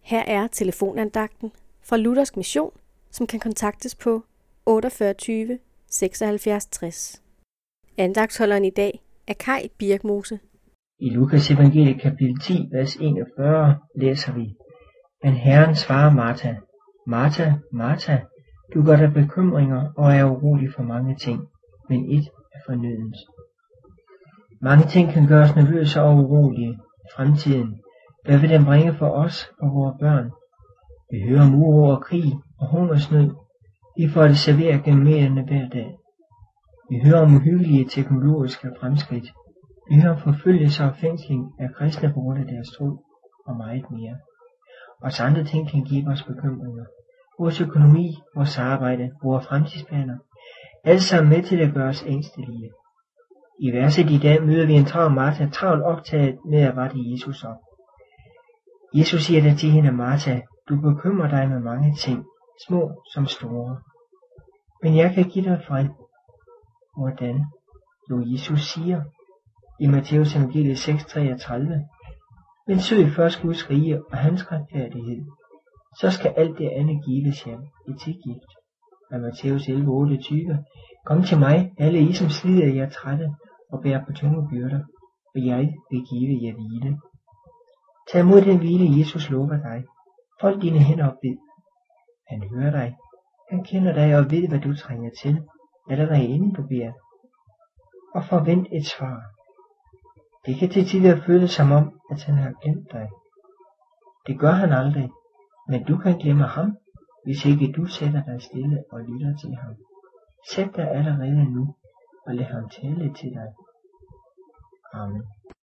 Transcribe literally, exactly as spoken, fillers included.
Her er telefonandagten fra Luthersk Mission, som kan kontaktes på otteogfyrre tyve seksoghalvfjerds tres. Andagtsholderen i dag er Kai Birkmose. I Lukas evangelie kapitel ti, vers enogfyrre læser vi: Men Herren svarer Martha: Martha, Martha, du gør dig bekymringer og er urolig for mange ting, men et er fornødent. Mange ting kan gøre os nervøse og urolige. Fremtiden, hvad vil den bringe for os og vores børn? Vi hører om uro og krig og hungersnød. Vi får det serveret gennem medierne hver dag. Vi hører om uhyggelige teknologiske fremskridt. Vi hører om forfølgelse og fængsling af kristne på grund af deres tro og meget mere. Også andre ting kan give os bekymringer. Vores økonomi, vores arbejde, vores fremtidsplaner, alt sammen med til at gøre os ængstelige. I verset i dag møder vi en travl Martha, travlt optaget med at rette Jesus op. Jesus siger da til hende: Martha, du bekymrer dig med mange ting, små som store. Men jeg kan give dig fred. Hvordan? Jo, Jesus siger i Matthæus evangelie seks treogtredive: Men søg først Guds rige og hans retfærdighed, så skal alt det andet gives jer i tilgift. Af Matthæus elleve otteogtyve: Kom til mig, alle I som slider jer trætte og bærer på tunge byrder, og jeg vil give jer hvile. Tag imod den hvile, Jesus lover dig. Fold dine hænder og bed. Han hører dig. Han kender dig og ved, hvad du trænger til, allerede inden du beder. Og forvent et svar. Det kan til tider føles som om, at han har glemt dig. Det gør han aldrig, men du kan glemme ham, hvis ikke du sætter dig stille og lytter til ham. Sæt dig allerede nu og lad ham tale til dig. Amen.